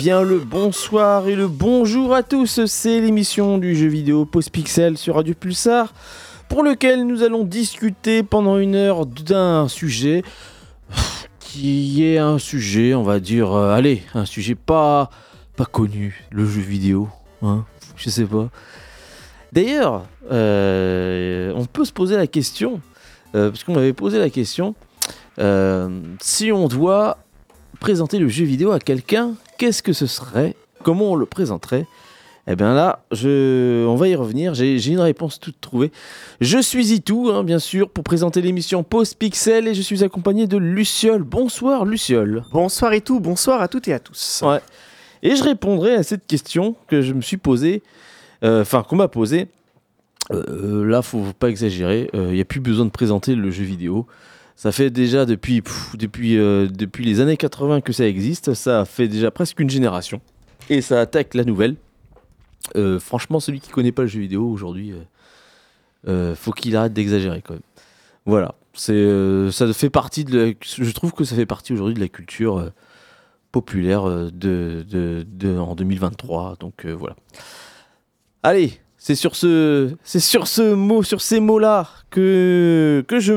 bien le bonsoir et le bonjour à tous, c'est l'émission du jeu vidéo Pause Pixel sur Radio Pulsar, pour lequel nous allons discuter pendant une heure d'un sujet qui est un sujet, on va dire, un sujet pas connu, le jeu vidéo, hein, je sais pas. D'ailleurs, on peut se poser la question, parce qu'on m'avait posé la question, si on doit présenter le jeu vidéo à quelqu'un, qu'est-ce que ce serait? Comment on le présenterait? Eh bien là, on va y revenir, j'ai une réponse toute trouvée. Je suis Itou, hein, bien sûr, pour présenter l'émission Pause Pixel, et je suis accompagné de Luciole. Bonsoir Luciole. Bonsoir Itou, bonsoir à toutes et à tous. Ouais. Et je répondrai à cette question que je me suis posée, qu'on m'a posée. Là, faut pas exagérer, il n'y a plus besoin de présenter le jeu vidéo. Ça fait déjà depuis les années 80 que ça existe, ça fait déjà presque une génération. Et ça attaque la nouvelle. Franchement, celui qui connaît pas le jeu vidéo aujourd'hui, faut qu'il arrête d'exagérer quand même. Voilà, ça fait partie je trouve que ça fait partie aujourd'hui de la culture populaire en 2023. Donc voilà. Allez. C'est sur ces mots-là que je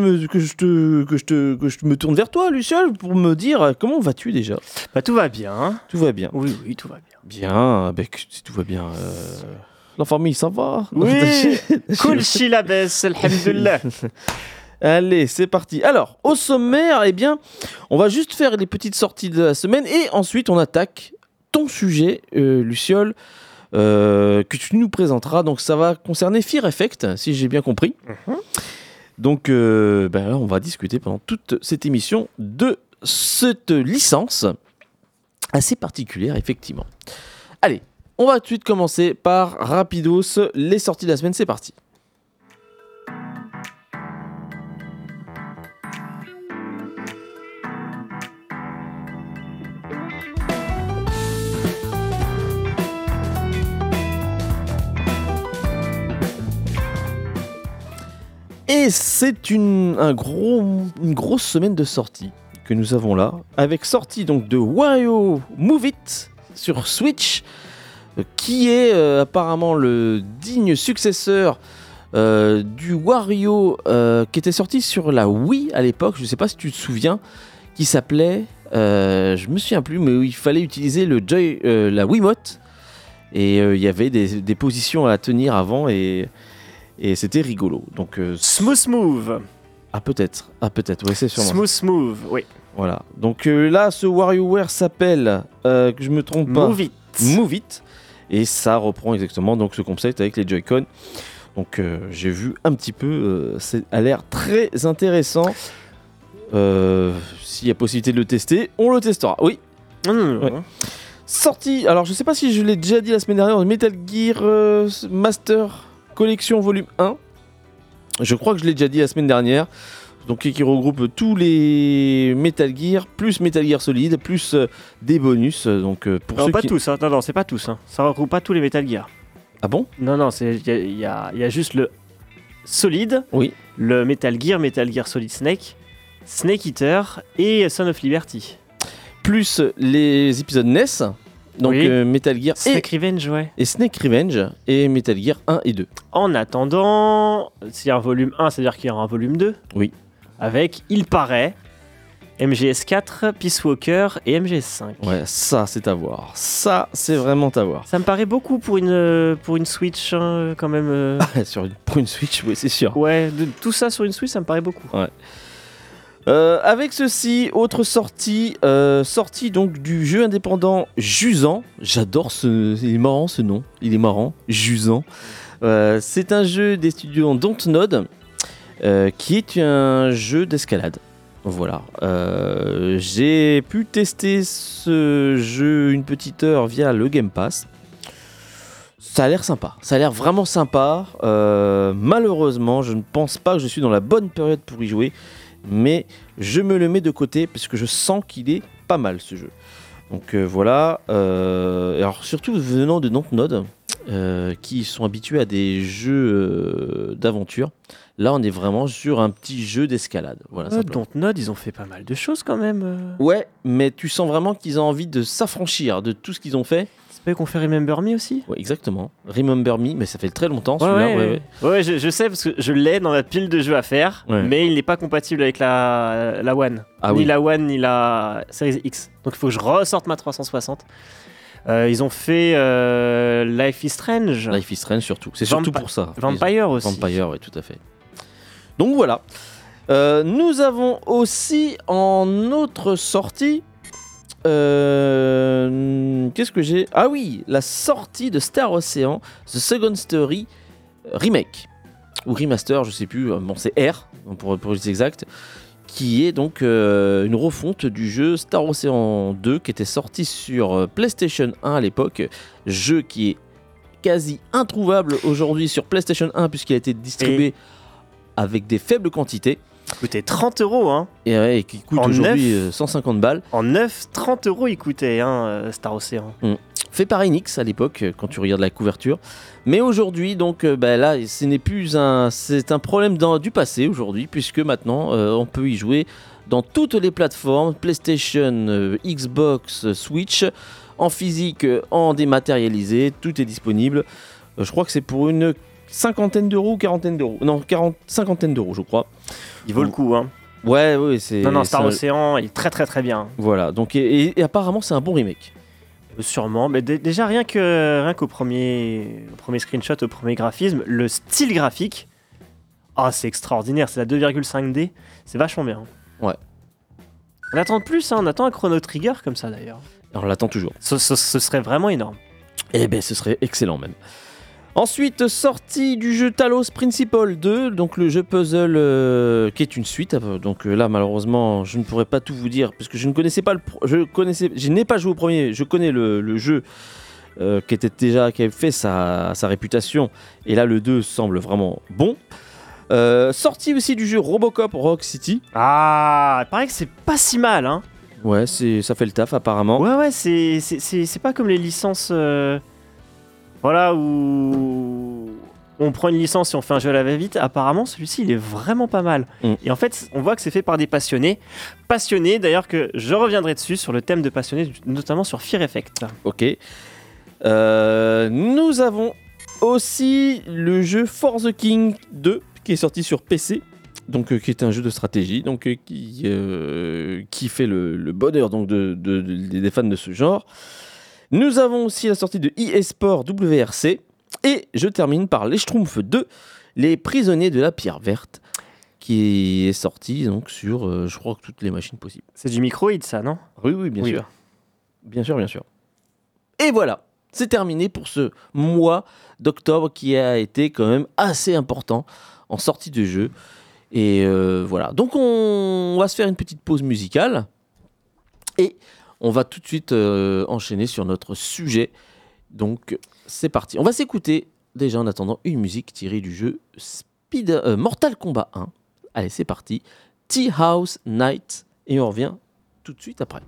me tourne vers toi, Luciole, pour me dire comment vas-tu déjà? Bah tout va bien. Hein. Tout va bien. Oui, tout va bien. Bien, si tout va bien. La famille, ça va? Oui. Cool chilabes, alhamdulillah. Allez, c'est parti. Alors, au sommaire, eh bien, on va juste faire les petites sorties de la semaine et ensuite on attaque ton sujet, Luciole. Que tu nous présenteras. Donc ça va concerner Fear Effect, si j'ai bien compris. Donc là, on va discuter pendant toute cette émission de cette licence assez particulière, effectivement. Allez, on va tout de suite commencer par rapidos les sorties de la semaine. C'est parti. Et c'est une grosse semaine de sorties que nous avons là, avec sortie donc de Wario Move It sur Switch, qui est apparemment le digne successeur du Wario qui était sorti sur la Wii à l'époque, je ne sais pas si tu te souviens, qui s'appelait, je me souviens plus, mais où il fallait utiliser la Wiimote, et il y avait des positions à tenir avant, et c'était rigolo. Donc Smooth Move. Ah peut-être, ouais, c'est sûrement. Smooth Move, oui. Voilà. Donc là, ce WarioWare s'appelle, que je me trompe pas, Move It, et ça reprend exactement donc ce concept avec les Joy-Con. Donc j'ai vu un petit peu, ça a l'air très intéressant. S'il y a possibilité de le tester, on le testera. Oui. Ouais. Sortie. Alors je sais pas si je l'ai déjà dit la semaine dernière, Metal Gear Master Collection volume 1, je crois que je l'ai déjà dit la semaine dernière, donc qui regroupe tous les Metal Gear, plus Metal Gear Solid, plus des bonus. Donc, pour non, ceux pas qui... tous, hein. Non, c'est pas tous. Hein. Ça regroupe pas tous les Metal Gear. Ah bon? Non, il y a juste le Solid, oui. Le Metal Gear Solid Snake, Snake Eater et Son of Liberty. Plus les épisodes NES. Donc oui. Metal Gear Snake Revenge, ouais. Et Snake Revenge et Metal Gear 1 et 2. En attendant, s'il y a un volume 1, c'est-à-dire qu'il y aura un volume 2. Oui. Avec, il paraît, MGS4, Peace Walker et MGS5. Ouais, ça c'est à voir. Ça c'est vraiment à voir. Ça me paraît beaucoup pour une Switch, hein, quand même. Pour une Switch, oui, c'est sûr. Ouais, tout ça sur une Switch, ça me paraît beaucoup. Ouais. Avec ceci, autre sortie donc du jeu indépendant Jusant. J'adore il est marrant ce nom, il est marrant, Jusant. C'est un jeu des studios Dontnod, qui est un jeu d'escalade. Voilà. J'ai pu tester ce jeu une petite heure via le Game Pass. Ça a l'air sympa, ça a l'air vraiment sympa. Malheureusement, je ne pense pas que je suis dans la bonne période pour y jouer. Mais je me le mets de côté parce que je sens qu'il est pas mal ce jeu. Donc voilà. Alors surtout venant de Dontnod, qui sont habitués à des jeux d'aventure. Là, on est vraiment sur un petit jeu d'escalade. Voilà, simplement. Dontnod, ils ont fait pas mal de choses quand même. Ouais, mais tu sens vraiment qu'ils ont envie de s'affranchir de tout ce qu'ils ont fait. C'est pas eux qu'on fait Remember Me aussi? Ouais, exactement. Remember Me, mais ça fait très longtemps celui-là. Ouais, je sais parce que je l'ai dans la pile de jeux à faire, mais il n'est pas compatible avec la One. Ni la One, ni la Series X. Donc il faut que je ressorte ma 360. Ils ont fait Life is Strange. Life is Strange surtout. C'est surtout pour ça. Vampire aussi. Vampire, oui, tout à fait. Donc voilà. Nous avons aussi en autre sortie. Qu'est-ce que j'ai? Ah oui, la sortie de Star Ocean, The Second Story Remake. Ou Remaster, je sais plus. Bon, c'est R, pour être exact. Qui est donc une refonte du jeu Star Ocean 2 qui était sorti sur PlayStation 1 à l'époque. Jeu qui est quasi introuvable aujourd'hui sur PlayStation 1 puisqu'il a été distribué avec des faibles quantités. Il coûtait 30 €, hein. Et qui coûte aujourd'hui 150 balles. En 30 € il coûtait, Star Ocean. Fait par Enix à l'époque, quand tu regardes la couverture. Mais aujourd'hui, donc là, ce n'est plus c'est un problème du passé aujourd'hui, puisque maintenant, on peut y jouer dans toutes les plateformes, PlayStation, Xbox, Switch, en physique, en dématérialisé, tout est disponible. Je crois que c'est pour une cinquantaine d'euros ou quarantaine d'euros. Non, cinquantaine d'euros, je crois. Il vaut le coup, hein. Ouais, c'est... Non, Star Ocean, il est très très très bien. Voilà, donc et apparemment c'est un bon remake. Sûrement, mais déjà rien qu'au premier screenshot, au premier graphisme, le style graphique, c'est extraordinaire, c'est la 2,5D, c'est vachement bien. Ouais. On attend de plus, on attend un Chrono Trigger comme ça d'ailleurs. On l'attend toujours. Ce serait vraiment énorme. Eh ben, ce serait excellent même. Ensuite, sortie du jeu Talos Principle 2, donc le jeu puzzle qui est une suite. Donc là, malheureusement, je ne pourrais pas tout vous dire parce que je ne connaissais pas je n'ai pas joué au premier. Je connais le jeu qui avait fait sa réputation. Et là, le 2 semble vraiment bon. Sortie aussi du jeu Robocop Rock City. Ah, il paraît que c'est pas si mal, hein. Ouais, ça fait le taf apparemment. Ouais, c'est pas comme les licences. Voilà, où on prend une licence et on fait un jeu à la va-vite. Apparemment, celui-ci, il est vraiment pas mal. Et en fait, on voit que c'est fait par des passionnés. Passionnés, d'ailleurs, que je reviendrai dessus sur le thème de passionnés, notamment sur Fear Effect. Ok. Nous avons aussi le jeu For the King 2, qui est sorti sur PC. Donc, qui est un jeu de stratégie, donc qui fait le bonheur donc, des fans de ce genre. Nous avons aussi la sortie de eSport WRC. Et je termine par les Schtroumpfs 2, les prisonniers de la pierre verte, qui est sorti donc, sur, je crois, toutes les machines possibles. C'est du microïd, ça, non? Oui, bien sûr. Bien sûr. Et voilà, c'est terminé pour ce mois d'octobre qui a été quand même assez important en sortie de jeu. Et voilà, donc on va se faire une petite pause musicale. Et on va tout de suite enchaîner sur notre sujet. Donc, c'est parti. On va s'écouter, déjà en attendant, une musique tirée du jeu Mortal Kombat 1. Allez, c'est parti. Tea House Night. Et on revient tout de suite après.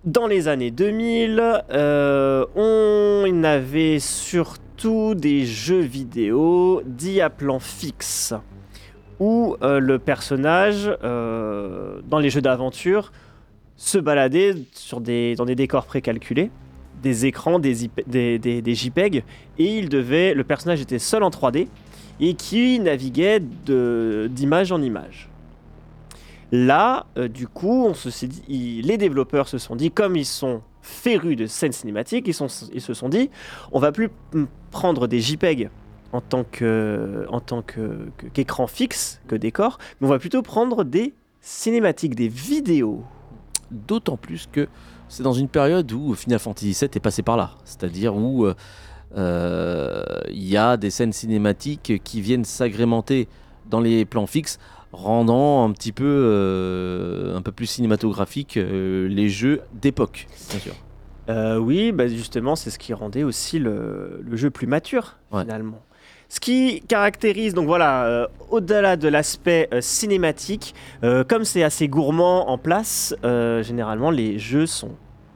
Dans les années 2000, on avait surtout des jeux vidéo dits à plan fixe, où le personnage, dans les jeux d'aventure, se baladait dans des décors précalculés, des écrans, des JPEG, et le personnage était seul en 3D, et qui naviguait d'image en image. Là, du coup, les développeurs se sont dit, comme ils sont férus de scènes cinématiques, ils se sont dit, on va plus prendre des JPEG en tant qu'écran fixe, que décor, mais on va plutôt prendre des cinématiques, des vidéos. D'autant plus que c'est dans une période où Final Fantasy VII est passé par là, c'est-à-dire où il y a des scènes cinématiques qui viennent s'agrémenter dans les plans fixes, rendant un petit peu un peu plus cinématographique les jeux d'époque, bien sûr. Oui, bah justement, c'est ce qui rendait aussi le jeu plus mature, finalement. Ce qui caractérise, donc voilà, au-delà de l'aspect cinématique, comme c'est assez gourmand en place, généralement les jeux sont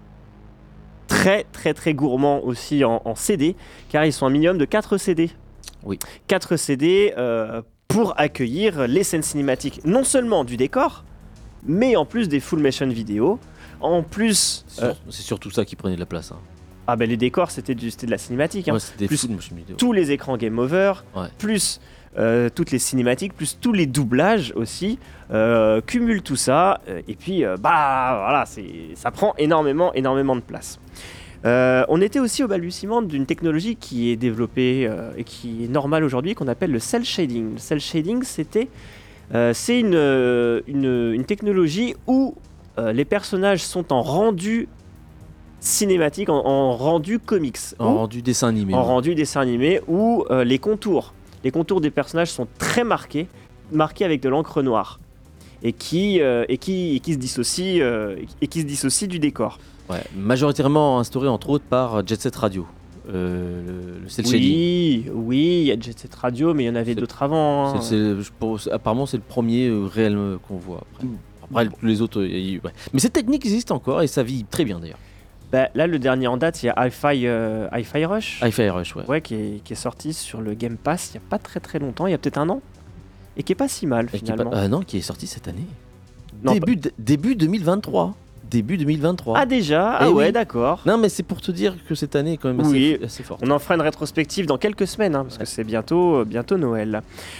très très très gourmands aussi en CD, car ils sont un minimum de 4 CD. Oui. 4 CD pour accueillir les scènes cinématiques, non seulement du décor, mais en plus des full motion vidéo. En plus... C'est surtout ça qui prenait de la place. Hein. Ah ben les décors, c'était de la cinématique. Ouais, c'était plus full motion vidéo. Tous les écrans Game Over, plus toutes les cinématiques, plus tous les doublages aussi, cumulent tout ça. Et puis, voilà, ça prend énormément de place. On était aussi au balbutiement d'une technologie qui est développée et qui est normale aujourd'hui, qu'on appelle le cel shading. Le cel shading, c'est une technologie où les personnages sont en rendu cinématique, en rendu comics. En rendu dessin animé. En rendu dessin animé, où les contours des personnages sont très marqués avec de l'encre noire. Et qui se dissocie du décor. Ouais, majoritairement instauré entre autres par Jet Set Radio. Le cel shading. Oui, il y a Jet Set Radio, mais il y en avait d'autres avant. Apparemment, c'est le premier réel qu'on voit. Après, les autres, ouais. Mais cette technique existe encore et ça vit très bien d'ailleurs. Bah, là, le dernier en date, il y a Hi-Fi Rush. Hi-Fi Rush, ouais. Ouais, qui est sorti sur le Game Pass il n'y a pas très très longtemps, il y a peut-être un an. Et qui est pas si mal finalement. Non, qui est sorti cette année. Non, début 2023. Début 2023. Ah déjà. Ah ouais, oui. D'accord. Non, mais c'est pour te dire que cette année est quand même assez forte. On en fera une rétrospective dans quelques semaines, parce que c'est bientôt Noël.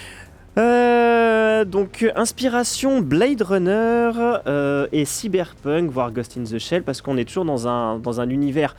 Donc inspiration Blade Runner et Cyberpunk, voire Ghost in the Shell, parce qu'on est toujours dans un univers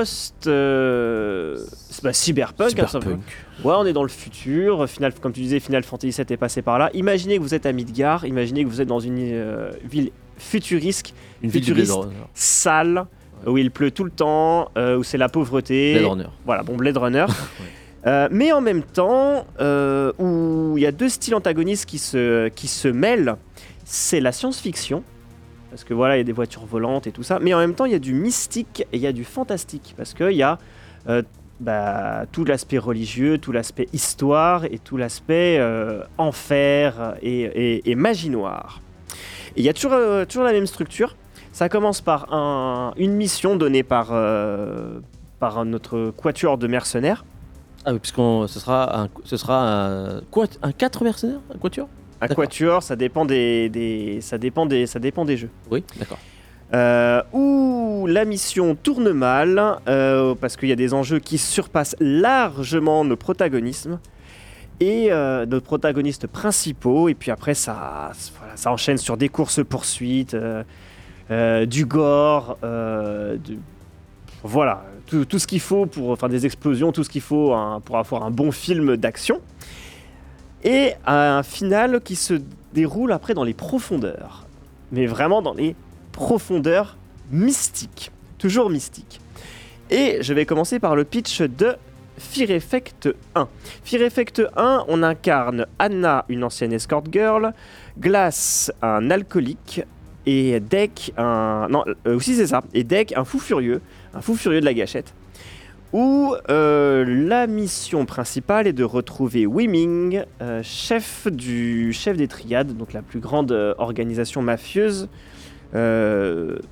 cyberpunk. Ouais, on est dans le futur. Comme tu disais, Final Fantasy VII est passé par là. Imaginez que vous êtes à Midgard, imaginez que vous êtes dans une ville futuriste, sale, où il pleut tout le temps, où c'est la pauvreté. Blade Runner. Voilà, bon, Blade Runner. Mais en même temps, où il y a deux styles antagonistes qui se mêlent, c'est la science-fiction, parce que voilà, il y a des voitures volantes et tout ça, mais en même temps, il y a du mystique et il y a du fantastique, parce qu'il y a tout l'aspect religieux, tout l'aspect histoire et tout l'aspect enfer et magie noire. Et il y a toujours la même structure. Ça commence par une mission donnée par notre quatuor de mercenaires. Ah oui, puisque ce sera un 4 mercenaires, un quatuor. Un quatuor, ça dépend des jeux. Oui, d'accord. Où la mission tourne mal parce qu'il y a des enjeux qui surpassent largement nos protagonismes et nos protagonistes principaux. Et puis après, ça enchaîne sur des courses-poursuites, du gore, voilà, tout ce qu'il faut des explosions, tout ce qu'il faut pour avoir un bon film d'action. Et un final qui se déroule après dans les profondeurs. Mais vraiment dans les profondeurs mystiques. Toujours mystiques. Et je vais commencer par le pitch de Fear Effect 1. Fear Effect 1, on incarne Anna, une ancienne escort girl, Glass, un alcoolique, et Deck, et Deck, un fou furieux de la gâchette. Où la mission principale est de retrouver Weeming, chef des Triades, donc la plus grande organisation mafieuse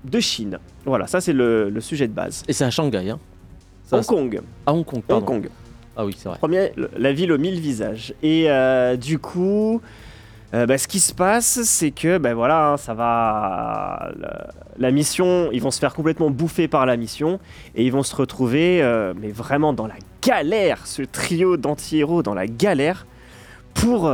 de Chine. Voilà, ça c'est le sujet de base. Et c'est à Shanghai, hein. Hong Kong. À Hong Kong, pardon. Hong Kong. Ah oui, c'est vrai. La ville aux 1000 visages. Et du coup, ce qui se passe, c'est que, voilà, hein, ça va... La mission, ils vont se faire complètement bouffer par la mission. Et ils vont se retrouver, mais vraiment dans la galère, ce trio d'anti-héros dans la galère, pour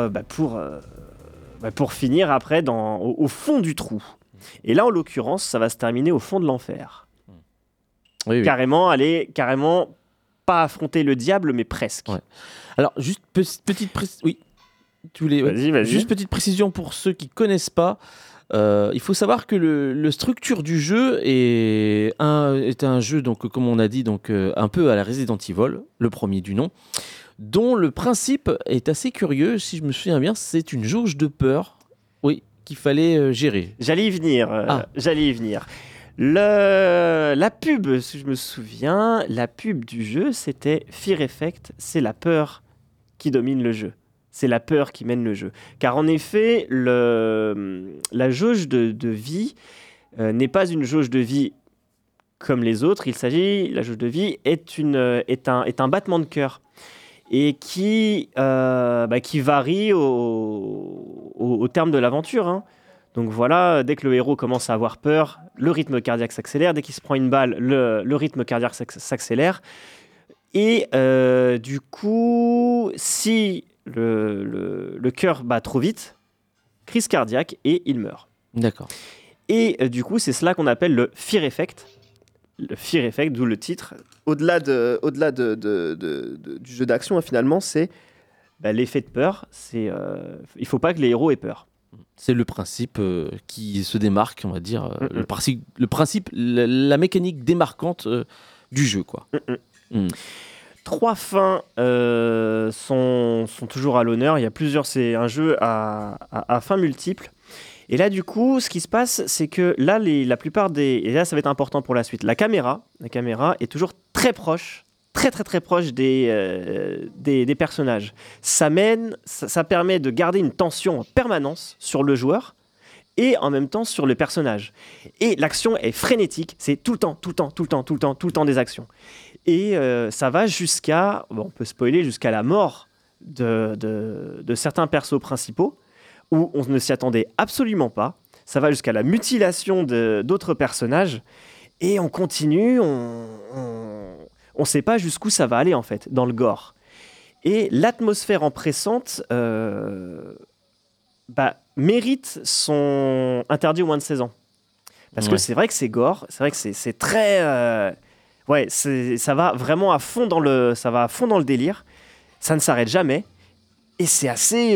finir après au fond du trou. Et là, en l'occurrence, ça va se terminer au fond de l'enfer. Oui. Carrément, pas affronter le diable, mais presque. Ouais. Alors, juste petite précision. Oui, tu voulais. Vas-y. Juste petite précision pour ceux qui connaissent pas. Il faut savoir que le structure du jeu est un jeu, donc, comme on a dit, donc, un peu à la Resident Evil, le premier du nom, dont le principe est assez curieux. Si je me souviens bien, c'est une jauge de peur, oui, qu'il fallait gérer. J'allais y venir. La pub, si je me souviens, la pub du jeu, c'était Fear Effect, c'est la peur qui domine le jeu. C'est la peur qui mène le jeu. Car en effet, la jauge de vie n'est pas une jauge de vie comme les autres. La jauge de vie est un battement de cœur et qui varie au terme de l'aventure, hein. Donc voilà, dès que le héros commence à avoir peur, le rythme cardiaque s'accélère. Dès qu'il se prend une balle, le rythme cardiaque s'accélère. Et du coup, si le cœur bat trop vite, crise cardiaque et il meurt. D'accord. Et du coup, c'est cela qu'on appelle le Fear Effect. Le Fear Effect, d'où le titre. Au-delà du jeu d'action, finalement, c'est l'effet de peur. Il ne faut pas que les héros aient peur. C'est le principe qui se démarque, on va dire. Le principe, la mécanique démarquante du jeu, quoi. 3 fins sont toujours à l'honneur. C'est un jeu à fins multiples. Et là, du coup, ce qui se passe, c'est que là, la plupart et là, ça va être important pour la suite. La caméra est toujours très proche, très proche des personnages. Ça permet de garder une tension en permanence sur le joueur et en même temps sur le personnage. Et l'action est frénétique, c'est tout le temps des actions. Et ça va jusqu'à, on peut spoiler, jusqu'à la mort de certains persos principaux, où on ne s'y attendait absolument pas. Ça va jusqu'à la mutilation d'autres personnages, et on continue, on sait pas jusqu'où ça va aller en fait, dans le gore. Et l'atmosphère oppressante mérite son interdit au moins de 16 ans. Parce que c'est vrai que c'est gore, c'est vrai que c'est très... ça va vraiment à fond dans le délire. Ça ne s'arrête jamais. Et c'est assez...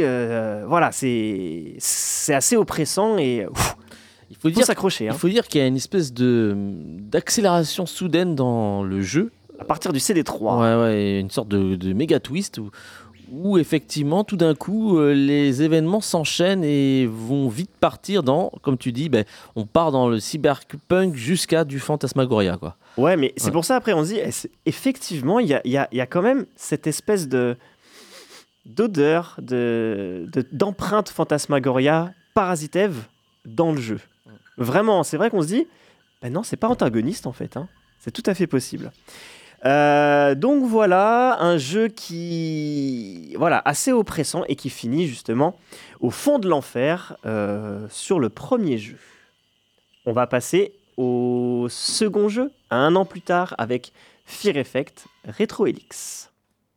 c'est assez oppressant et... Il faut s'accrocher. Il faut dire qu'il y a une espèce d'accélération soudaine dans le jeu. À partir du CD3. Ouais, une sorte de méga twist où effectivement, tout d'un coup, les événements s'enchaînent et vont vite partir comme tu dis, on part dans le cyberpunk jusqu'à du fantasmagoria, quoi. Ouais, mais c'est pour ça, après, on se dit, effectivement, il y a quand même cette espèce d'odeur, d'empreinte fantasmagoria parasitève dans le jeu. Vraiment, c'est vrai qu'on se dit, non, c'est pas antagoniste, en fait, hein. C'est tout à fait possible. Donc voilà, un jeu assez oppressant et qui finit justement au fond de l'enfer sur le premier jeu. On va passer au second jeu, 1 an plus tard, avec Fear Effect Retro Helix.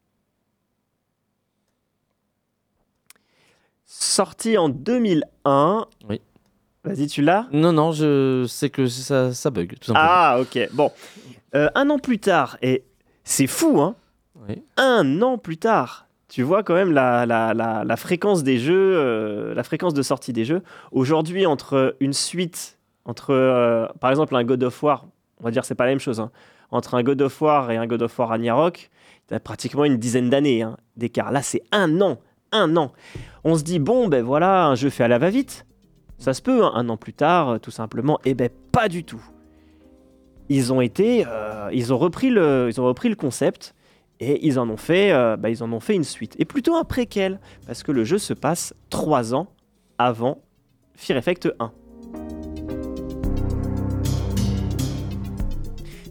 Sorti en 2001. Oui. Vas-y, tu l'as ? Non, je sais que ça bug, tout simplement. Ah, ok, bon. 1 an plus tard, et c'est fou, hein. Oui. 1 an plus tard, tu vois quand même la fréquence des jeux, la fréquence de sortie des jeux. Aujourd'hui, entre une suite, par exemple un God of War, on va dire c'est pas la même chose, hein. Entre un God of War et un God of War Ragnarok, t'as pratiquement une dizaine d'années d'écart. Là, c'est 1 an. 1 an. On se dit, voilà, un jeu fait à la va-vite. Ça se peut, hein, 1 an plus tard, tout simplement. Pas du tout. Ils ont repris le concept et ils en ont fait une suite. Et plutôt un préquel, parce que le jeu se passe 3 ans avant Fear Effect 1.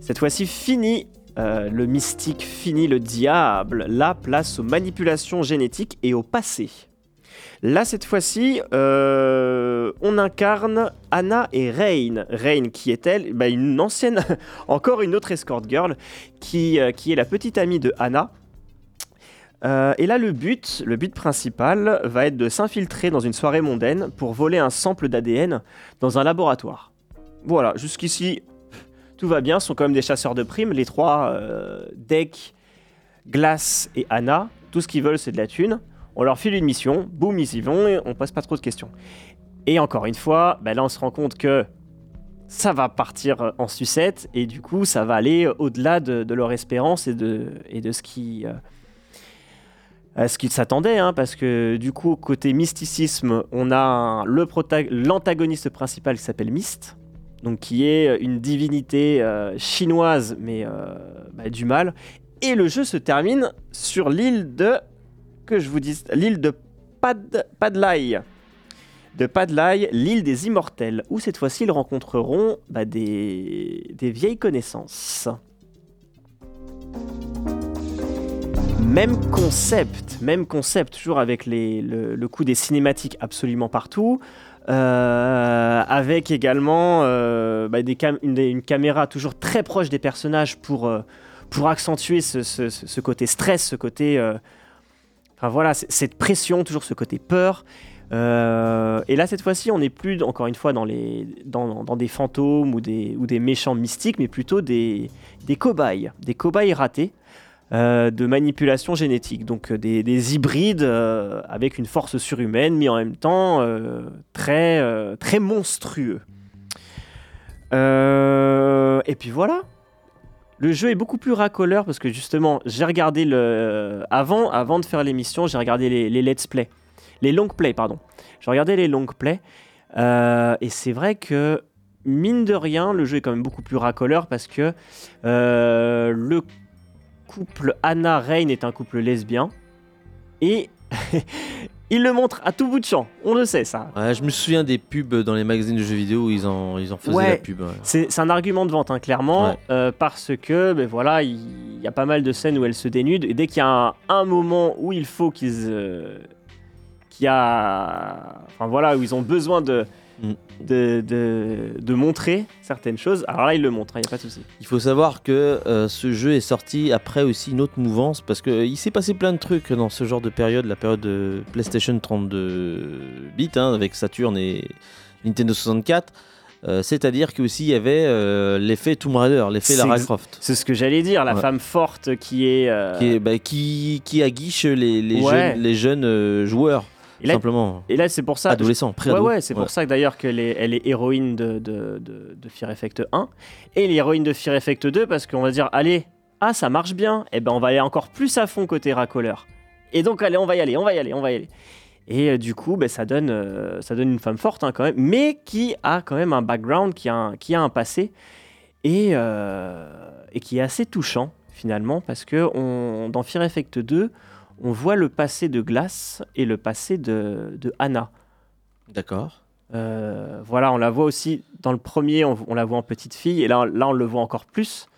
Cette fois-ci, fini le mystique, fini le diable. La place aux manipulations génétiques et au passé. Là, cette fois-ci, on incarne Anna et Rain. Rain, qui est-elle ? Une ancienne, encore une autre escort girl, qui est la petite amie de Anna. Et là, le but principal va être de s'infiltrer dans une soirée mondaine pour voler un sample d'ADN dans un laboratoire. Voilà, jusqu'ici, tout va bien. Ce sont quand même des chasseurs de primes, les trois, Deck, Glass et Anna. Tout ce qu'ils veulent, c'est de la thune. On leur file une mission, boum, ils y vont et on pose pas trop de questions. Et encore une fois, là, on se rend compte que ça va partir en sucette et du coup, ça va aller au-delà de leur espérance et de ce qui... ce qu'ils s'attendaient, parce que du coup, côté mysticisme, on a l'antagoniste principal qui s'appelle Myst, donc qui est une divinité chinoise, mais du mal. Et le jeu se termine sur l'île de... l'île de Padlai. De Padlai, l'île des immortels, où cette fois-ci, ils rencontreront des vieilles connaissances. Même concept, toujours avec le coup des cinématiques absolument partout, avec également une caméra toujours très proche des personnages pour accentuer ce côté stress, ce côté... cette pression, toujours ce côté peur. Et là, cette fois-ci, on n'est plus, encore une fois, dans des fantômes ou des méchants mystiques, mais plutôt des cobayes ratés. De manipulation génétique, donc des hybrides avec une force surhumaine, mais en même temps très monstrueux. Et puis voilà, le jeu est beaucoup plus racoleur parce que justement, j'ai regardé avant de faire l'émission, j'ai regardé les let's play, les long play, pardon. J'ai regardé les long play et c'est vrai que mine de rien, le jeu est quand même beaucoup plus racoleur parce que le couple Anna-Rain est un couple lesbien et il le montre à tout bout de champ, on le sait ça. Ouais, je me souviens des pubs dans les magazines de jeux vidéo où ils en faisaient la pub. Ouais. C'est un argument de vente, clairement, parce que il y a pas mal de scènes où elle se dénude et dès qu'il y a un moment où il faut où ils ont besoin de montrer certaines choses, alors là il le montre, il n'y a pas de souci. Il faut savoir que ce jeu est sorti après aussi une autre mouvance parce qu'il s'est passé plein de trucs dans ce genre de période, la période de PlayStation 32 bits avec Saturn et Nintendo 64. C'est-à-dire qu'il y avait l'effet Tomb Raider, l'effet Lara Croft. C'est ce que j'allais dire, la femme forte qui aguiche les jeunes joueurs. Et là, simplement. Et là, c'est pour ça. Adolescent, pré-ado. C'est pour ça que d'ailleurs qu'elle est héroïne de Fear Effect 1 et l'héroïne de Fear Effect 2 parce qu'on va dire allez, ça marche bien, on va aller encore plus à fond côté racoleur. Et donc allez, on va y aller. Et du coup, ça donne une femme forte quand même, mais qui a quand même un background, qui a un passé et qui est assez touchant finalement parce que dans Fear Effect 2 on voit le passé de Glass et le passé de Anna. D'accord. On la voit aussi dans le premier, on la voit en petite fille, et là on le voit encore plus.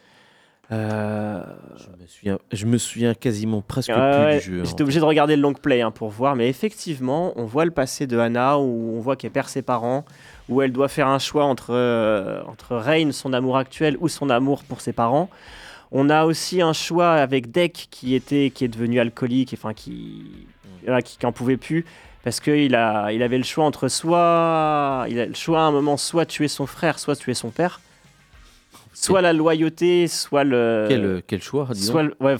Je me souviens quasiment presque plus du jeu. J'étais obligé de regarder le long play pour voir, mais effectivement, on voit le passé de Anna, où on voit qu'elle perd ses parents, où elle doit faire un choix entre Rain, son amour actuel, ou son amour pour ses parents. On a aussi un choix avec Deck qui est devenu alcoolique, qui en pouvait plus, parce qu'il avait le choix entre soit à un moment soit tuer son frère, soit tuer son père, soit la loyauté, soit le... Quel choix, disons.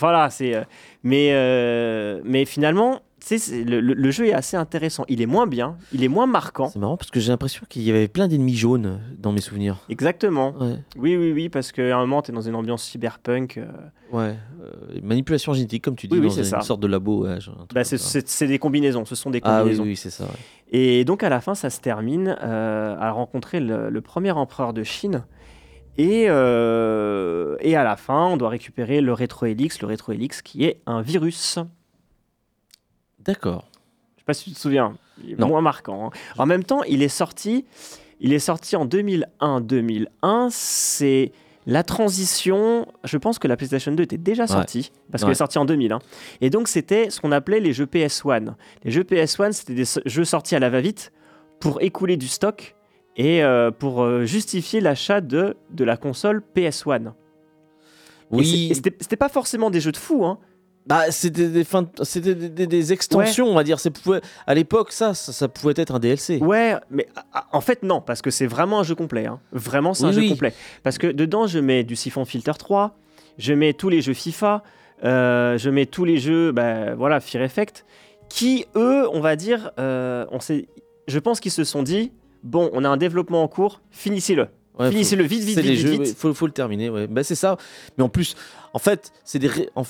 Mais finalement... Le jeu est assez intéressant. Il est moins bien, il est moins marquant. C'est marrant parce que j'ai l'impression qu'il y avait plein d'ennemis jaunes dans mes souvenirs. Exactement. Ouais. Oui, parce qu'à un moment, tu es dans une ambiance cyberpunk. Manipulation génétique, comme tu dis, dans une sorte de labo. C'est des combinaisons, ce sont des combinaisons. Ah oui, c'est ça. Ouais. Et donc à la fin, ça se termine à rencontrer le premier empereur de Chine. Et à la fin, on doit récupérer le rétro-hélix qui est un virus. D'accord. Je sais pas si tu te souviens, il est moins marquant. En même temps, il est sorti en 2001. C'est la transition, je pense que la PlayStation 2 était déjà sortie, parce qu'elle est sortie en 2000. Hein. Et donc, c'était ce qu'on appelait les jeux PS1. Les jeux PS1, c'était des jeux sortis à la va-vite pour écouler du stock et pour justifier l'achat de la console PS1. Oui. Et c'était pas forcément des jeux de fou, hein. Bah, c'était des extensions, on va dire. À l'époque, ça pouvait être un DLC. Ouais, mais en fait, non, parce que c'est vraiment un jeu complet. Hein. Vraiment, c'est un jeu complet. Parce que dedans, je mets du Siphon Filter 3, je mets tous les jeux FIFA, je mets tous les jeux, Fear Effect, qui, eux, on va dire, je pense qu'ils se sont dit, bon, on a un développement en cours, finissez-le. Ouais, finissez-le vite. Faut le terminer, ouais. Bah, c'est ça. Mais en plus, en fait, c'est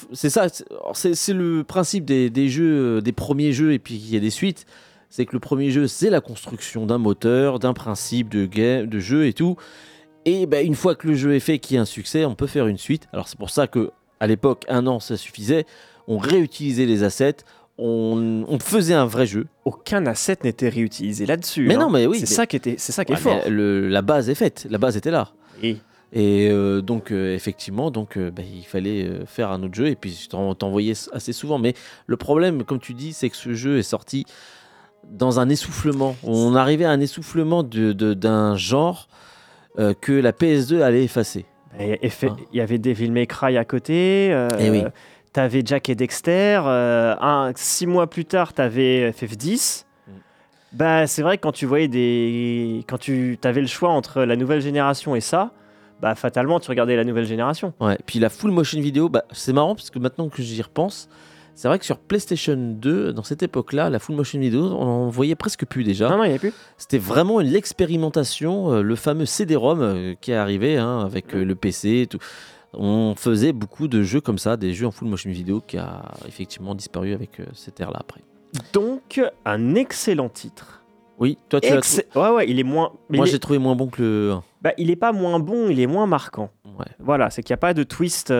le principe des jeux, des premiers jeux, et puis il y a des suites. C'est que le premier jeu, c'est la construction d'un moteur, d'un principe de jeu et tout. Et une fois que le jeu est fait, qu'il y a un succès, on peut faire une suite. Alors c'est pour ça que à l'époque, 1 an, ça suffisait. On réutilisait les assets. On faisait un vrai jeu. Aucun asset n'était réutilisé là-dessus. Mais non, mais oui. C'est ça qui est fort. La base est faite. La base était là. Et donc, effectivement, il fallait faire un autre jeu. Et puis, t'envoyais assez souvent. Mais le problème, comme tu dis, c'est que ce jeu est sorti dans un essoufflement. On arrivait à un essoufflement d'un genre que la PS2 allait effacer. Il y avait Devil May Cry à côté. Et oui. T'avais Jack et Dexter, 6 mois plus tard, t'avais FF10. C'est vrai que quand tu voyais quand tu avais le choix entre la nouvelle génération et ça, fatalement, tu regardais la nouvelle génération. Ouais, puis la full motion vidéo, c'est marrant parce que maintenant que j'y repense, c'est vrai que sur PlayStation 2, dans cette époque-là, la full motion vidéo, on en voyait presque plus déjà. Non, il n'y avait plus. C'était vraiment l'expérimentation, le fameux CD-ROM qui est arrivé avec le PC et tout. On faisait beaucoup de jeux comme ça, des jeux en full motion vidéo qui a effectivement disparu avec cette ère-là après. Donc, un excellent titre. Oui, toi tu l'as trouvé. Ouais, il est moins. Moi j'ai trouvé moins bon que le 1. Il est pas moins bon, il est moins marquant. Ouais. Voilà, c'est qu'il n'y a pas de twist,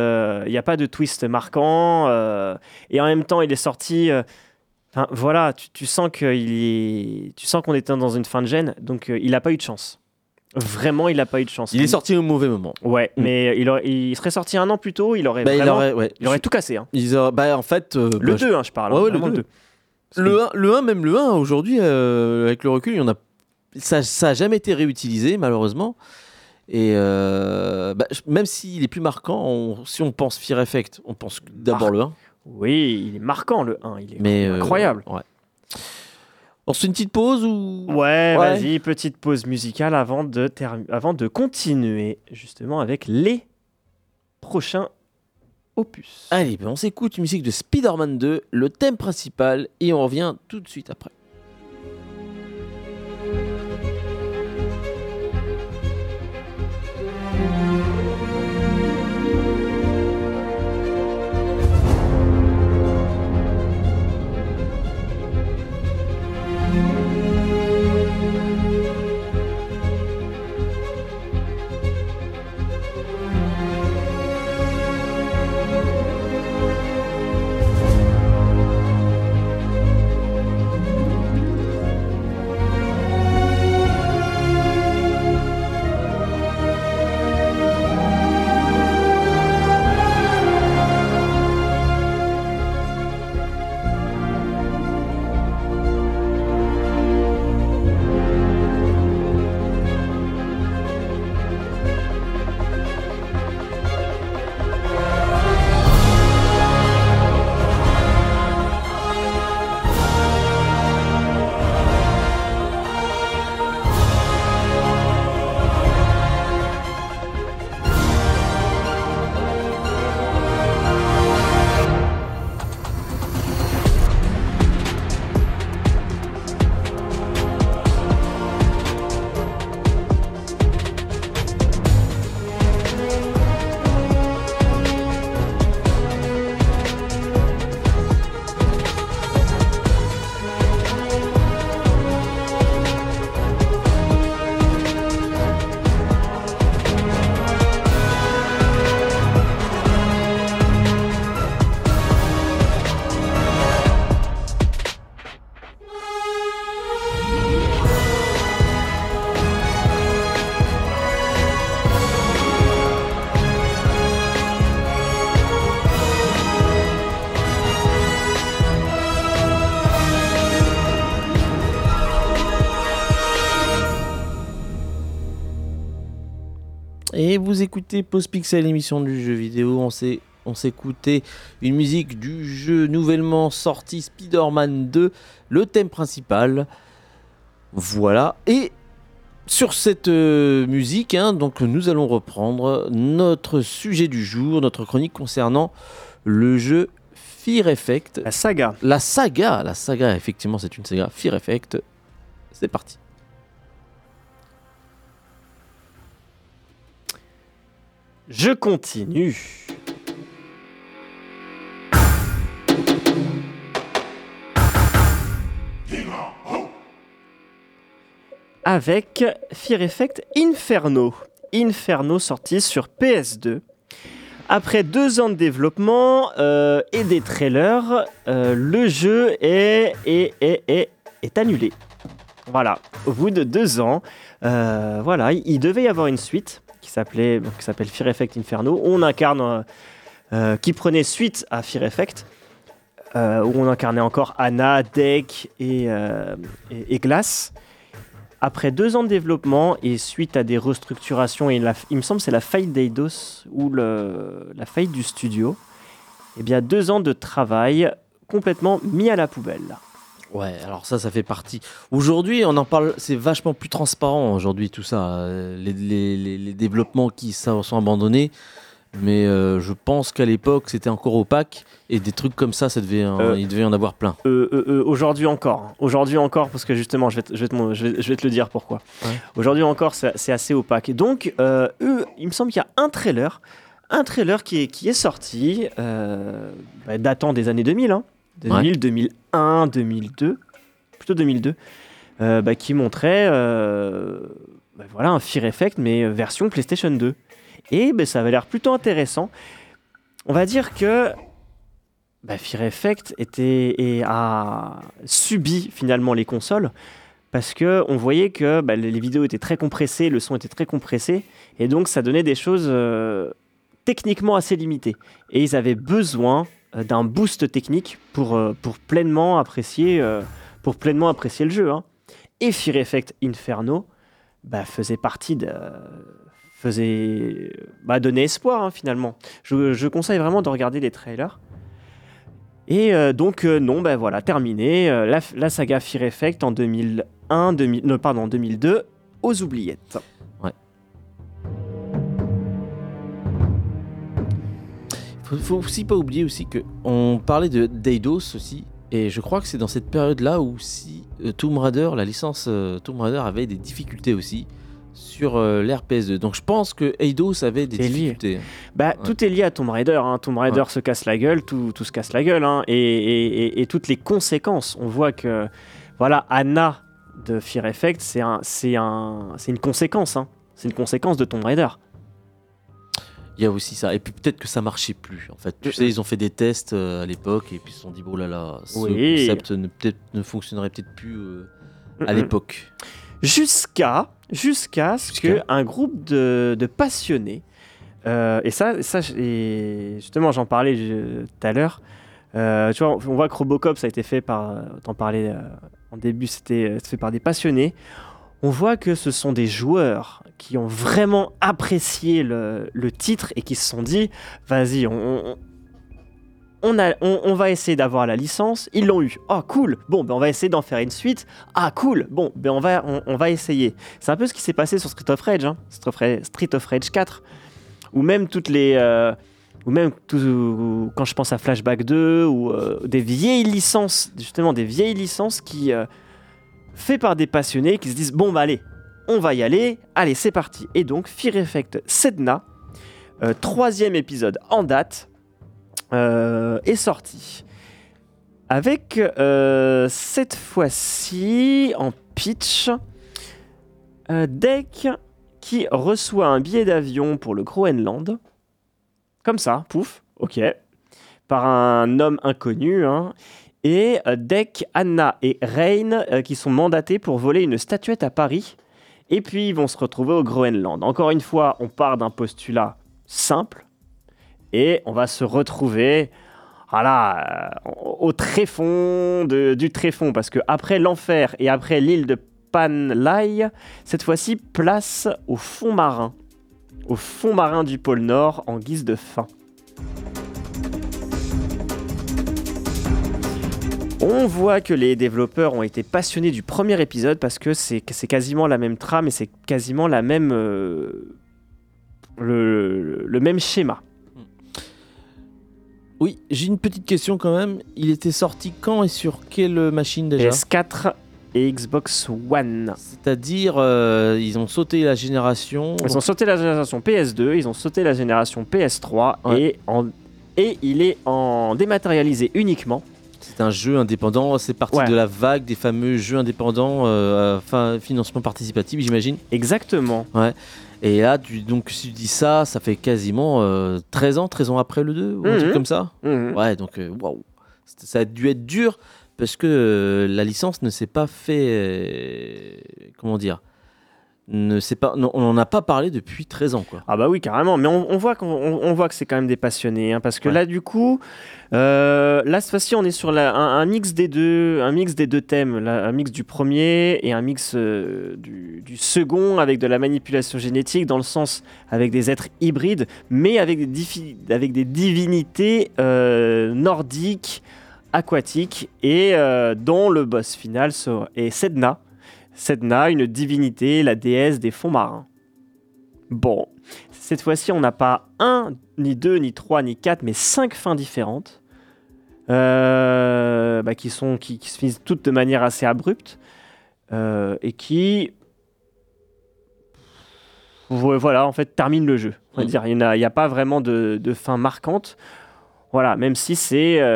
marquant. Et en même temps, il est sorti. Voilà, tu sens qu'on était dans une fin de gêne, donc il n'a pas eu de chance. Vraiment, il n'a pas eu de chance. Il est sorti au mauvais moment. Ouais, mais il serait sorti 1 an plus tôt, il aurait tout cassé. Hein. En fait, le 2, je parle. Ouais, le 2. Le 1 aujourd'hui, avec le recul, ça n'a jamais été réutilisé, malheureusement. Et même s'il est plus marquant, si on pense Fear Effect, on pense d'abord le 1. Oui, il est marquant le 1, il est incroyable. Ouais. On se fait une petite pause ou... Ouais, vas-y, petite pause musicale avant de continuer justement avec les prochains opus. Allez, on s'écoute une musique de Spider-Man 2, le thème principal, et on revient tout de suite après. vous écoutez Pause Pixel, émission du jeu vidéo. On s'écoutait une musique du jeu nouvellement sorti Spider-Man 2, le thème principal. Voilà. Et sur cette musique, donc nous allons reprendre notre sujet du jour, notre chronique concernant le jeu Fear Effect. La saga. La saga, effectivement, c'est une saga. Fear Effect. C'est parti. Je continue. Avec Fear Effect Inferno. Inferno sorti sur PS2. Après 2 ans de développement et des trailers, le jeu est annulé. Voilà, au bout de 2 ans, voilà, il devait y avoir une suite qui s'appelle Fear Effect Inferno, où on incarne, qui prenait suite à Fear Effect, où on incarnait encore Anna, Deck et Glass. Après 2 ans de développement et suite à des restructurations, il me semble que c'est la faillite d'Eidos ou la faillite du studio, eh bien 2 ans de travail complètement mis à la poubelle. Ouais, alors ça fait partie. Aujourd'hui, on en parle, c'est vachement plus transparent aujourd'hui tout ça. Les développements qui sont abandonnés. Mais je pense qu'à l'époque, c'était encore opaque et des trucs comme ça il devait y en avoir plein. Aujourd'hui encore, parce que justement, je vais te le dire pourquoi. Ouais. Aujourd'hui encore, c'est assez opaque. Et donc, il me semble qu'il y a un trailer qui est sorti, datant des années 2000, 2000, 2001, 2002, plutôt 2002, qui montrait un Fear Effect, mais version PlayStation 2. Et ça avait l'air plutôt intéressant. On va dire que Fear Effect a subi finalement les consoles parce qu'on voyait que les vidéos étaient très compressées, le son était très compressé, et donc ça donnait des choses techniquement assez limitées. Et ils avaient besoin d'un boost technique pour pleinement apprécier le jeu. Et Fear Effect Inferno faisait partie donner espoir finalement. Je conseille vraiment de regarder les trailers. Et terminé. La saga Fear Effect en 2002 aux oubliettes. Ouais. Faut aussi pas oublier aussi qu'on parlait d'Eidos aussi. Et je crois que c'est dans cette période-là où Tomb Raider, la licence Tomb Raider avait des difficultés aussi sur l'ère PS2. Donc je pense que Eidos avait des difficultés. Ouais. Tout est lié à Tomb Raider. Tomb Raider se casse la gueule, tout se casse la gueule. Et toutes les conséquences. On voit que Anna de Fear Effect, c'est une conséquence. C'est une conséquence de Tomb Raider. Il y a aussi ça. Et puis peut-être que ça marchait plus. En fait, tu sais, ils ont fait des tests à l'époque et puis ils se sont dit, ce concept ne fonctionnerait peut-être plus à l'époque. Jusqu'à ce qu'un groupe de passionnés, et ça justement j'en parlais tout à l'heure, tu vois, on voit que Robocop, ça a été fait t'en parlais en début, c'était fait par des passionnés. On voit que ce sont des joueurs qui ont vraiment apprécié le titre et qui se sont dit, vas-y, on va essayer d'avoir la licence. Ils l'ont eu. Oh, cool. Bon, on va essayer d'en faire une suite. Ah, cool. Bon, on va essayer. C'est un peu ce qui s'est passé sur Street of Rage, Street of Rage 4, ou même quand je pense à Flashback 2 ou des vieilles licences qui fait par des passionnés qui se disent allez, on va y aller. Allez, c'est parti. Et donc Fear Effect Sedna, 3e épisode en date. Est sorti avec cette fois-ci en pitch Deck qui reçoit un billet d'avion pour le Groenland comme ça, pouf, ok, par un homme inconnu, et Deck, Anna et Rain qui sont mandatés pour voler une statuette à Paris, et puis ils vont se retrouver au Groenland. Encore une fois, on part d'un postulat simple. Et on va se retrouver au tréfonds du tréfonds, parce qu'après l'enfer et après l'île de Panlai, cette fois-ci, place au fond marin. au fond marin du pôle Nord en guise de fin. On voit que les développeurs ont été passionnés du premier épisode parce que c'est quasiment la même trame et c'est quasiment la même, le même schéma. Oui, j'ai une petite question quand même. Il était sorti quand et sur quelle machine déjà ? PS4 et Xbox One. C'est-à-dire, ils ont sauté la génération. Ils ont sauté la génération PS2, ils ont sauté la génération PS3 Ouais. et il est en dématérialisé uniquement. C'est un jeu indépendant, c'est parti Ouais. de la vague des fameux jeux indépendants, financement participatif, j'imagine. Exactement. Et là, donc si tu dis ça, ça fait quasiment 13 ans après le 2, ou un truc comme ça. Mhm. Ouais, donc waouh, ça a dû être dur parce que la licence ne s'est pas fait, comment dire, on n'en a pas parlé depuis 13 ans, quoi. Ah bah oui, carrément. Mais on voit que c'est quand même des passionnés, hein, parce que Ouais. là, du coup, là cette fois-ci, on est sur un mix des deux thèmes, là, un mix du premier et un mix du second avec de la manipulation génétique, dans le sens avec des êtres hybrides, mais avec des divinités nordiques, aquatiques, et dont le boss final est Sedna. Sedna, une divinité, la déesse des fonds marins. Bon, cette fois-ci, on n'a pas 1, ni 2, ni 3, ni 4, mais 5 fins différentes, qui se finissent toutes de manière assez abrupte, et qui, voilà, en fait, terminent le jeu. On va dire, il n'y a pas vraiment de fin marquante. Voilà, même si ça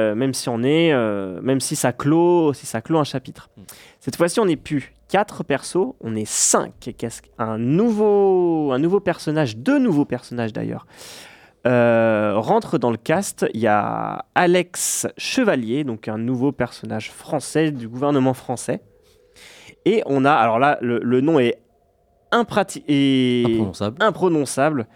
clôt un chapitre. Cette fois-ci, on n'est plus 4 persos, on est 5. Un nouveau personnage, 2 nouveaux personnages d'ailleurs, rentrent dans le cast. Il y a Alex Chevalier, donc un nouveau personnage français du gouvernement français. Et on a, alors là, le nom est imprononçable.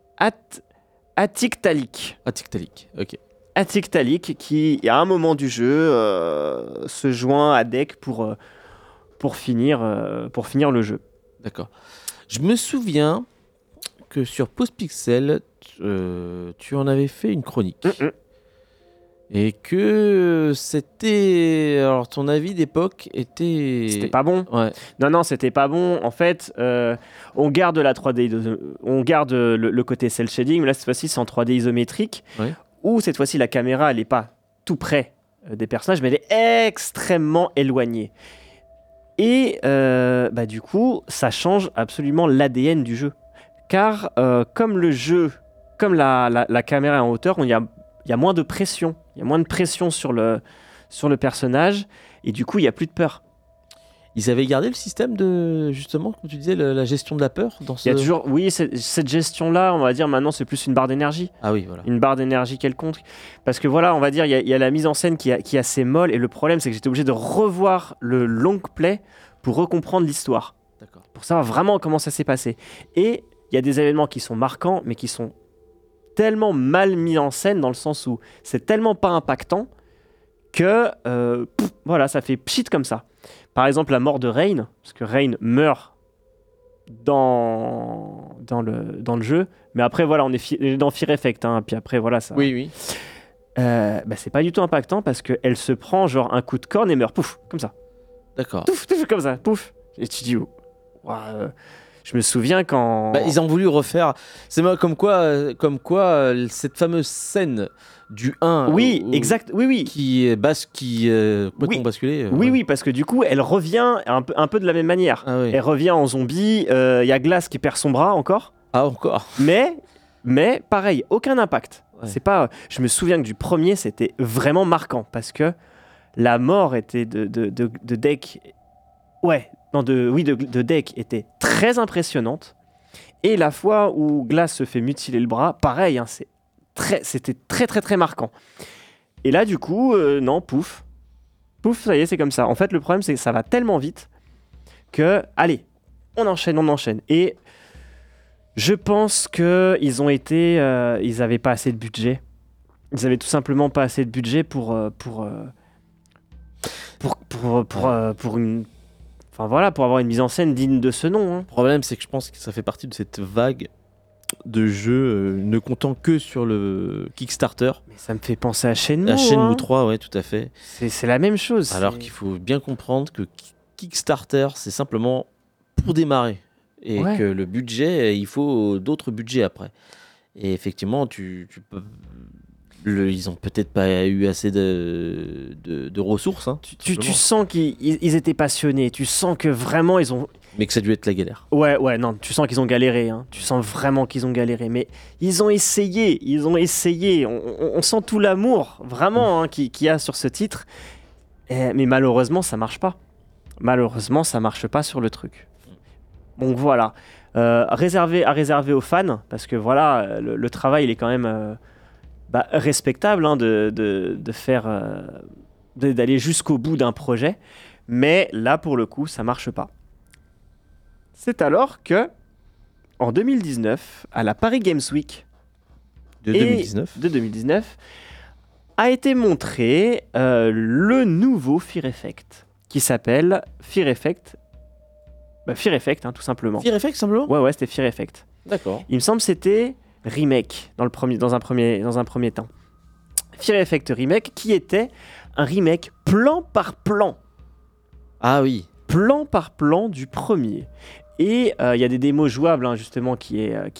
Atik Talik. Atik Talik, ok. Atik Talik, qui, à un moment du jeu, se joint à Deck pour finir le jeu. D'accord. Je me souviens que sur Postpixel, tu en avais fait une chronique. Et que c'était... Alors, ton avis d'époque était... C'était pas bon. Ouais. Non, c'était pas bon. En fait, on garde la 3D, on garde le côté cel shading, mais là, cette fois-ci, c'est en 3D isométrique, Ouais. où cette fois-ci, la caméra, elle n'est pas tout près des personnages, mais elle est extrêmement éloignée. Et du coup, ça change absolument l'ADN du jeu. Car comme la caméra est en hauteur, il y a moins de pression. Il y a moins de pression sur le personnage. Et du coup, il n'y a plus de peur. Ils avaient gardé le système de, justement, comme tu disais, la gestion de la peur dans ce... Il y a toujours, oui, cette gestion-là, on va dire maintenant, c'est plus une barre d'énergie. Ah oui, voilà. Une barre d'énergie quelconque. Parce que voilà, on va dire, il y a la mise en scène qui est assez molle. Et le problème, c'est que j'étais obligé de revoir le long play pour recomprendre l'histoire. D'accord. Pour savoir vraiment comment ça s'est passé. Et il y a des événements qui sont marquants, mais qui sont tellement mal mis en scène, dans le sens où c'est tellement pas impactant que voilà, ça fait pchit comme ça. Par exemple, la mort de Rain, parce que Rain meurt dans le jeu, mais après voilà, on est dans Fear Effect, hein, puis après voilà ça. Oui. C'est pas du tout impactant parce qu'elle se prend genre un coup de corne et meurt, pouf, comme ça. D'accord. Pouf, comme ça, pouf. Et tu dis, je me souviens quand... Ils ont voulu refaire... C'est comme quoi cette fameuse scène du 1... Oui, exact, oui. Qui complètement basculé. Oui, parce que du coup, elle revient un peu de la même manière. Ah, oui. Elle revient en zombie, il y a Glass qui perd son bras encore. Ah, encore. Mais pareil, aucun impact. Ouais. C'est pas... Je me souviens que du premier, c'était vraiment marquant parce que la mort était de Deck... Ouais, non, de Deck était très impressionnante. Et la fois où Glass se fait mutiler le bras, pareil, hein, c'était très très très marquant. Et là, du coup, non, pouf, ça y est, c'est comme ça. En fait, le problème, c'est que ça va tellement vite que, allez, on enchaîne. Et je pense qu'ils avaient pas assez de budget. Ils avaient tout simplement pas assez de budget pour avoir une mise en scène digne de ce nom. Hein. Le problème, c'est que je pense que ça fait partie de cette vague de jeu ne comptant que sur le Kickstarter. Mais ça me fait penser à Shenmue. À Shenmue hein. 3, ouais, tout à fait. C'est la même chose. Alors qu'il faut bien comprendre que Kickstarter, c'est simplement pour démarrer. Et Ouais. que le budget, il faut d'autres budgets après. Et effectivement, tu peux... ils ont peut-être pas eu assez de ressources. Hein, Tu sens qu'ils étaient passionnés. Tu sens que vraiment ils ont. Mais que ça a dû être la galère. Ouais, non, tu sens qu'ils ont galéré. Hein. Tu sens vraiment qu'ils ont galéré. Mais ils ont essayé. On sent tout l'amour, vraiment, hein, qu'il y a sur ce titre. Mais malheureusement, ça marche pas. Malheureusement, ça marche pas sur le truc. Donc voilà. Réservé aux fans, parce que voilà, le travail, il est quand même respectable hein, de faire. D'aller jusqu'au bout d'un projet. Mais là, pour le coup, ça marche pas. C'est alors que, en 2019, à la Paris Games Week De 2019 a été montré le nouveau Fear Effect, qui s'appelle Fear Effect. Fear Effect, hein, tout simplement. Fear Effect, simplement. Ouais, c'était Fear Effect. D'accord. Il me semble que c'était Remake, dans un premier temps. Fear Effect Remake, qui était un remake plan par plan. Ah oui. Plan par plan du premier. Et il y a des démos jouables hein, justement on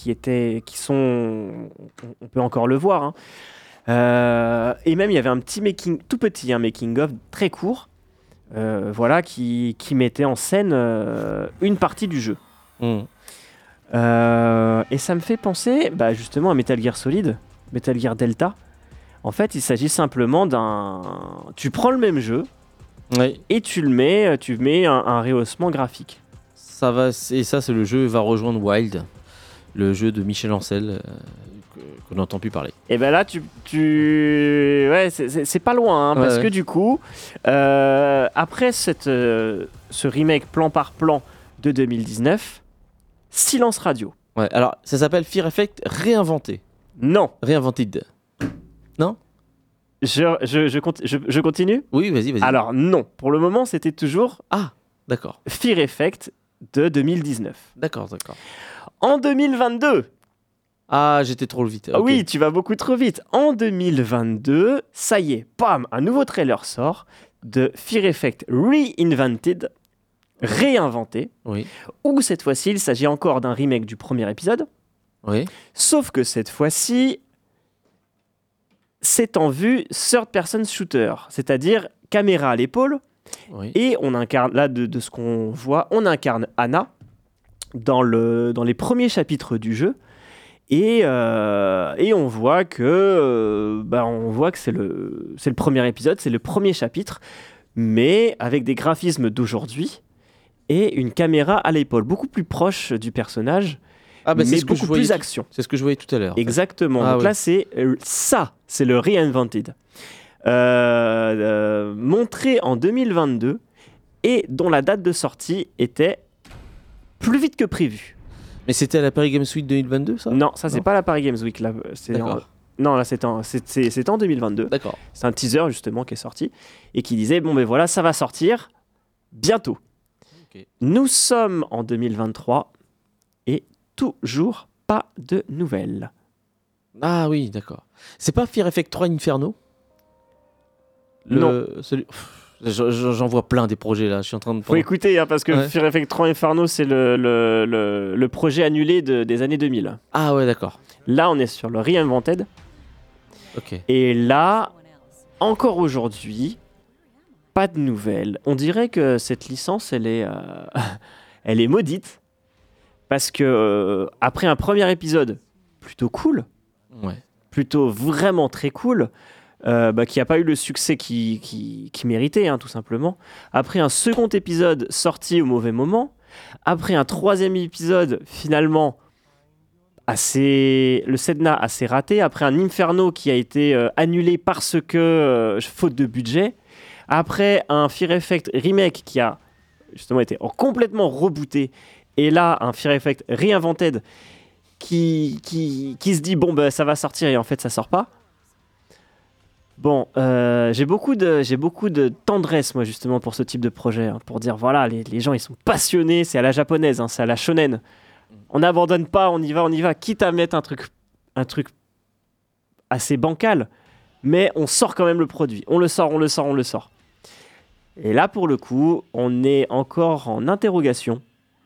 peut encore le voir. Hein. Et même il y avait un petit making of très court, voilà, qui mettait en scène une partie du jeu. Et ça me fait penser justement à Metal Gear Solid, Metal Gear Delta. En fait, il s'agit simplement tu prends le même jeu oui. et tu mets un rehaussement graphique. Et ça, c'est le jeu va rejoindre Wild, le jeu de Michel Ancel qu'on n'entend plus parler. Et ben là, ouais, c'est pas loin, hein, parce que du coup, après ce remake plan par plan de 2019, silence radio. Ouais, alors ça s'appelle Fear Effect réinventé. Non. Réinvented. Non ? Je continue ? Oui, vas-y. Alors non, pour le moment, c'était toujours d'accord. Fear Effect de 2019. D'accord. En 2022. Ah, j'étais trop vite. Okay. Oui, tu vas beaucoup trop vite. En 2022, ça y est, bam, un nouveau trailer sort de Fear Effect Reinvented, réinventé, oui. Où cette fois-ci, il s'agit encore d'un remake du premier épisode. Oui. Sauf que cette fois-ci, c'est en vue third-person shooter, c'est-à-dire caméra à l'épaule. Oui. Et on incarne, là, de ce qu'on voit, on incarne Anna dans les premiers chapitres du jeu. Et on voit que c'est le premier épisode, c'est le premier chapitre, mais avec des graphismes d'aujourd'hui et une caméra à l'épaule, beaucoup plus proche du personnage, mais beaucoup plus action. C'est ce que je voyais tout à l'heure. Exactement. Donc là, c'est le Reinvented. Montré en 2022 et dont la date de sortie était plus vite que prévu. Mais c'était à la Paris Games Week 2022, ça ? Non, ça c'est pas la Paris Games Week. Là, non, là c'était en 2022. D'accord. C'est un teaser justement qui est sorti et qui disait voilà, ça va sortir bientôt. Okay. Nous sommes en 2023 et toujours pas de nouvelles. Ah oui, d'accord. C'est pas Fear Effect 3 Inferno ? Non. J'en vois plein des projets là. Je suis en train de. Faut écouter hein, parce que Fear Effect 3 Inferno c'est le projet annulé des années 2000. Ah ouais, d'accord. Là, on est sur le Reinvented. Ok. Et là, encore aujourd'hui, pas de nouvelles. On dirait que cette licence, elle est maudite parce que après un premier épisode plutôt cool, plutôt vraiment très cool. Qui n'a pas eu le succès qui méritait, hein, tout simplement. Après un second épisode sorti au mauvais moment. Après un troisième épisode, finalement, le Sedna assez raté. Après un Inferno qui a été annulé parce que faute de budget. Après un Fear Effect Remake qui a justement été complètement rebooté. Et là, un Fear Effect Reinvented qui se dit ça va sortir et en fait ça sort pas. Bon, j'ai beaucoup de tendresse, moi, justement, pour ce type de projet. Hein, pour dire, voilà, les gens, ils sont passionnés. C'est à la japonaise, hein, c'est à la shonen. On n'abandonne pas, on y va, quitte à mettre un truc assez bancal, mais on sort quand même le produit. On le sort. Et là, pour le coup, on est encore en interrogation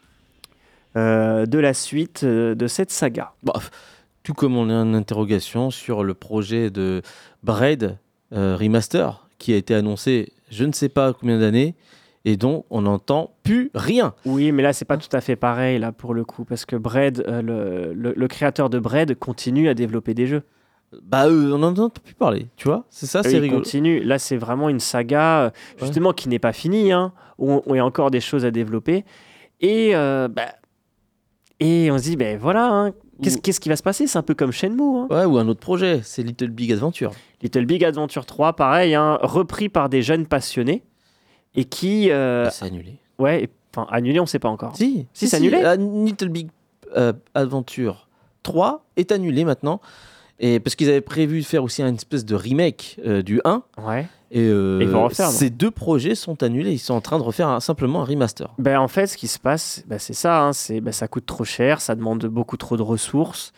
de la suite de cette saga. Bah, tout comme on est en interrogation sur le projet de Braid Remaster, qui a été annoncé je ne sais pas combien d'années, et dont on n'entend plus rien. Oui, mais là, c'est pas tout à fait pareil, là, pour le coup, parce que Braid, le créateur de Braid continue à développer des jeux. Bah, on n'en entend plus parler, tu vois. C'est ça, c'est Il rigolo. continue. Là, c'est vraiment une saga, justement, qui n'est pas finie, hein, où il y a encore des choses à développer. Et on se dit, voilà, hein, qu'est-ce qui va se passer? C'est un peu comme Shenmue. Hein. Ouais, ou un autre projet, c'est Little Big Adventure. Little Big Adventure 3, pareil, hein, repris par des jeunes passionnés et qui... c'est annulé. Ouais, enfin, annulé, on ne sait pas encore. Si, c'est annulé. Little Big Adventure 3 est annulé maintenant. Et parce qu'ils avaient prévu de faire aussi une espèce de remake du 1. Ouais. Et ils vont refaire, ces deux projets sont annulés. Ils sont en train de refaire simplement un remaster. En fait, ce qui se passe, c'est ça. Hein, ça coûte trop cher, ça demande beaucoup trop de ressources.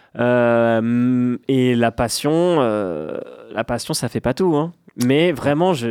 Et la passion, ça fait pas tout. Hein. Mais vraiment, je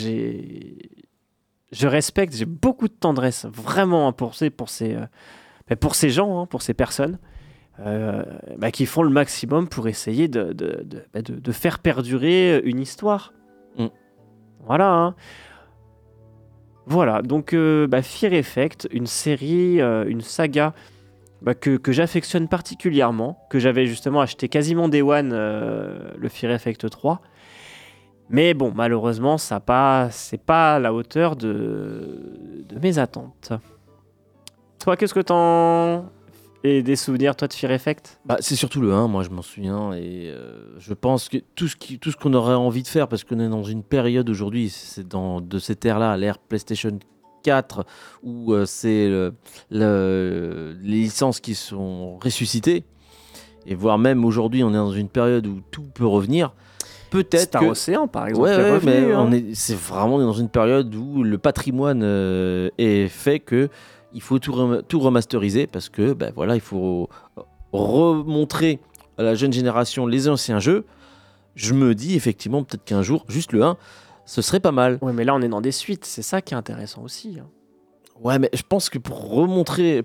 respecte, j'ai beaucoup de tendresse vraiment hein, pour ces gens, hein, pour ces personnes. Qui font le maximum pour essayer de faire perdurer une histoire. Voilà. Hein. Voilà, donc Fear Effect, une série, une saga que j'affectionne particulièrement, que j'avais justement acheté quasiment Day One, le Fear Effect 3. Mais bon, malheureusement, c'est pas à la hauteur de mes attentes. Toi, qu'est-ce que t'en... Et des souvenirs, toi, de Fear Effect? C'est surtout le 1, moi je m'en souviens, et je pense que tout ce qu'on aurait envie de faire, parce qu'on est dans une période aujourd'hui, c'est de cette ère-là, l'ère PlayStation 4, où c'est les licences qui sont ressuscitées, et voire même aujourd'hui, on est dans une période où tout peut revenir. Peut-être Star Ocean, par exemple. Ouais, mais hein. c'est vraiment dans une période où le patrimoine est fait que il faut tout remasteriser parce que il faut remontrer à la jeune génération les anciens jeux. Je me dis effectivement peut-être qu'un jour, juste le 1, ce serait pas mal. Ouais, mais là on est dans des suites, c'est ça qui est intéressant aussi. Hein. Ouais, mais je pense que pour remontrer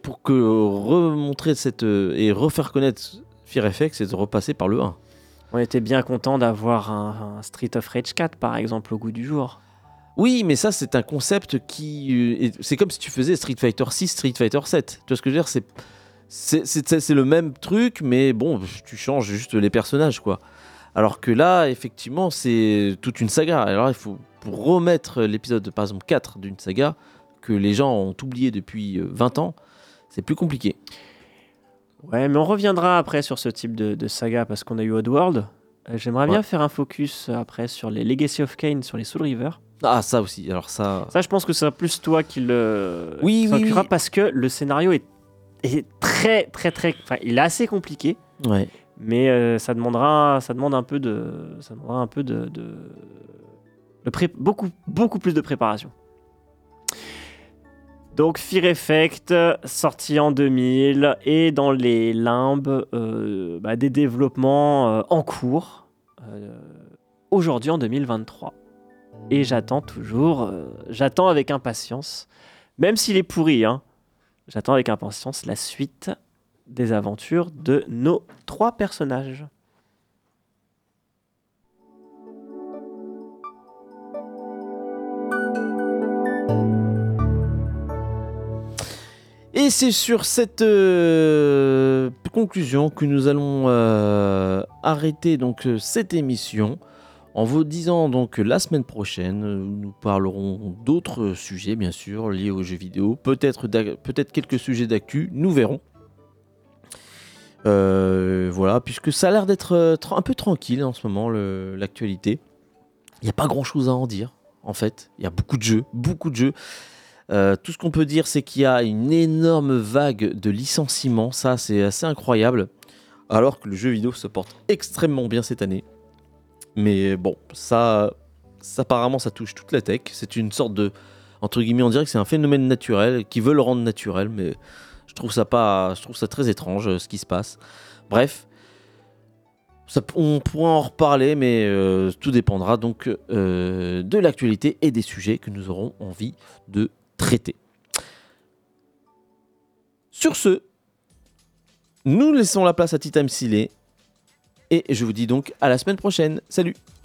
et refaire connaître Fear Effect, c'est de repasser par le 1. On était bien content d'avoir un Street of Rage 4 par exemple au goût du jour. Oui, mais ça, c'est un concept qui... c'est comme si tu faisais Street Fighter 6, Street Fighter 7. Tu vois ce que je veux dire? C'est le même truc, mais bon, tu changes juste les personnages, quoi. Alors que là, effectivement, c'est toute une saga. Alors il faut, pour remettre l'épisode, par exemple, 4 d'une saga, que les gens ont oublié depuis 20 ans, c'est plus compliqué. Ouais, mais on reviendra après sur ce type de saga, parce qu'on a eu Oddworld. J'aimerais bien faire un focus après sur les Legacy of Kain, sur les Soul River. Ah, ça aussi, alors ça... Ça, je pense que c'est plus toi qui le... Oui, parce que le scénario est très, très, très... Enfin, il est assez compliqué. Ouais. Mais ça demande un peu beaucoup plus de préparation. Donc Fear Effect, sorti en 2000, et dans les limbes des développements en cours, aujourd'hui en 2023. Et j'attends avec impatience, même s'il est pourri, hein, j'attends avec impatience la suite des aventures de nos 3 personnages. Et c'est sur cette conclusion que nous allons arrêter donc cette émission, en vous disant donc que la semaine prochaine, nous parlerons d'autres sujets, bien sûr, liés aux jeux vidéo, peut-être quelques sujets d'actu, nous verrons. Voilà, puisque ça a l'air d'être un peu tranquille en ce moment, l'actualité. Il n'y a pas grand-chose à en dire, en fait. Il y a beaucoup de jeux. Tout ce qu'on peut dire, c'est qu'il y a une énorme vague de licenciements. Ça, c'est assez incroyable. Alors que le jeu vidéo se porte extrêmement bien cette année. Mais bon, ça apparemment, ça touche toute la tech. C'est une sorte de... Entre guillemets, on dirait que c'est un phénomène naturel, qu'ils veulent le rendre naturel, mais Je trouve ça très étrange ce qui se passe. Bref, on pourra en reparler, mais tout dépendra donc de l'actualité et des sujets que nous aurons envie de traiter. Sur ce, nous laissons la place à Titam Silé et je vous dis donc à la semaine prochaine. Salut!